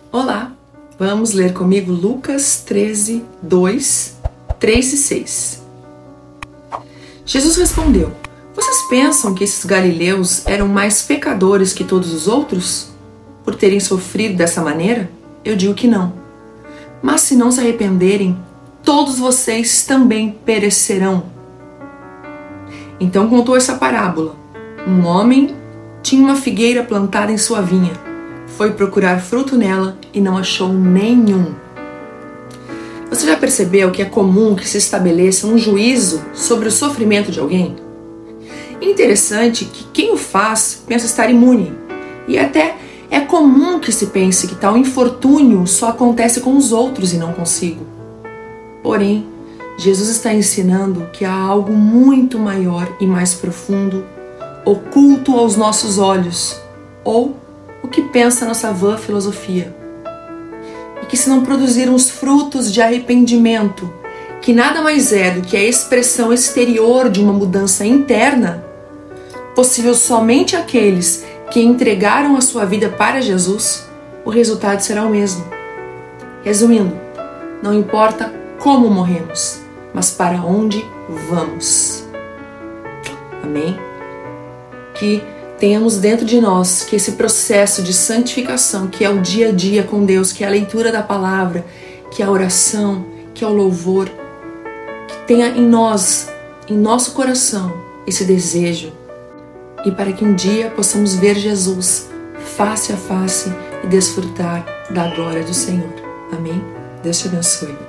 Olá, vamos ler comigo Lucas 13, 2, 3 e 6. Jesus respondeu: Vocês pensam que esses galileus eram mais pecadores que todos os outros? Por terem sofrido dessa maneira? Eu digo que não. Mas se não se arrependerem, todos vocês também perecerão. Então contou essa parábola. Um homem tinha uma figueira plantada em sua vinha. Foi procurar fruto nela e não achou nenhum. Você já percebeu que é comum que se estabeleça um juízo sobre o sofrimento de alguém? Interessante que quem o faz pensa estar imune. E até é comum que se pense que tal infortúnio só acontece com os outros e não consigo. Porém, Jesus está ensinando que há algo muito maior e mais profundo, oculto aos nossos olhos, ou o que pensa a nossa vã filosofia. E que se não produzirmos frutos de arrependimento, que nada mais é do que a expressão exterior de uma mudança interna, possível somente àqueles que entregaram a sua vida para Jesus, o resultado será o mesmo. Resumindo, não importa como morremos, mas para onde vamos. Amém? Que tenhamos dentro de nós que esse processo de santificação, que é o dia a dia com Deus, que é a leitura da palavra, que é a oração, que é o louvor, que tenha em nós, em nosso coração, esse desejo, e para que um dia possamos ver Jesus face a face e desfrutar da glória do Senhor. Amém? Deus te abençoe.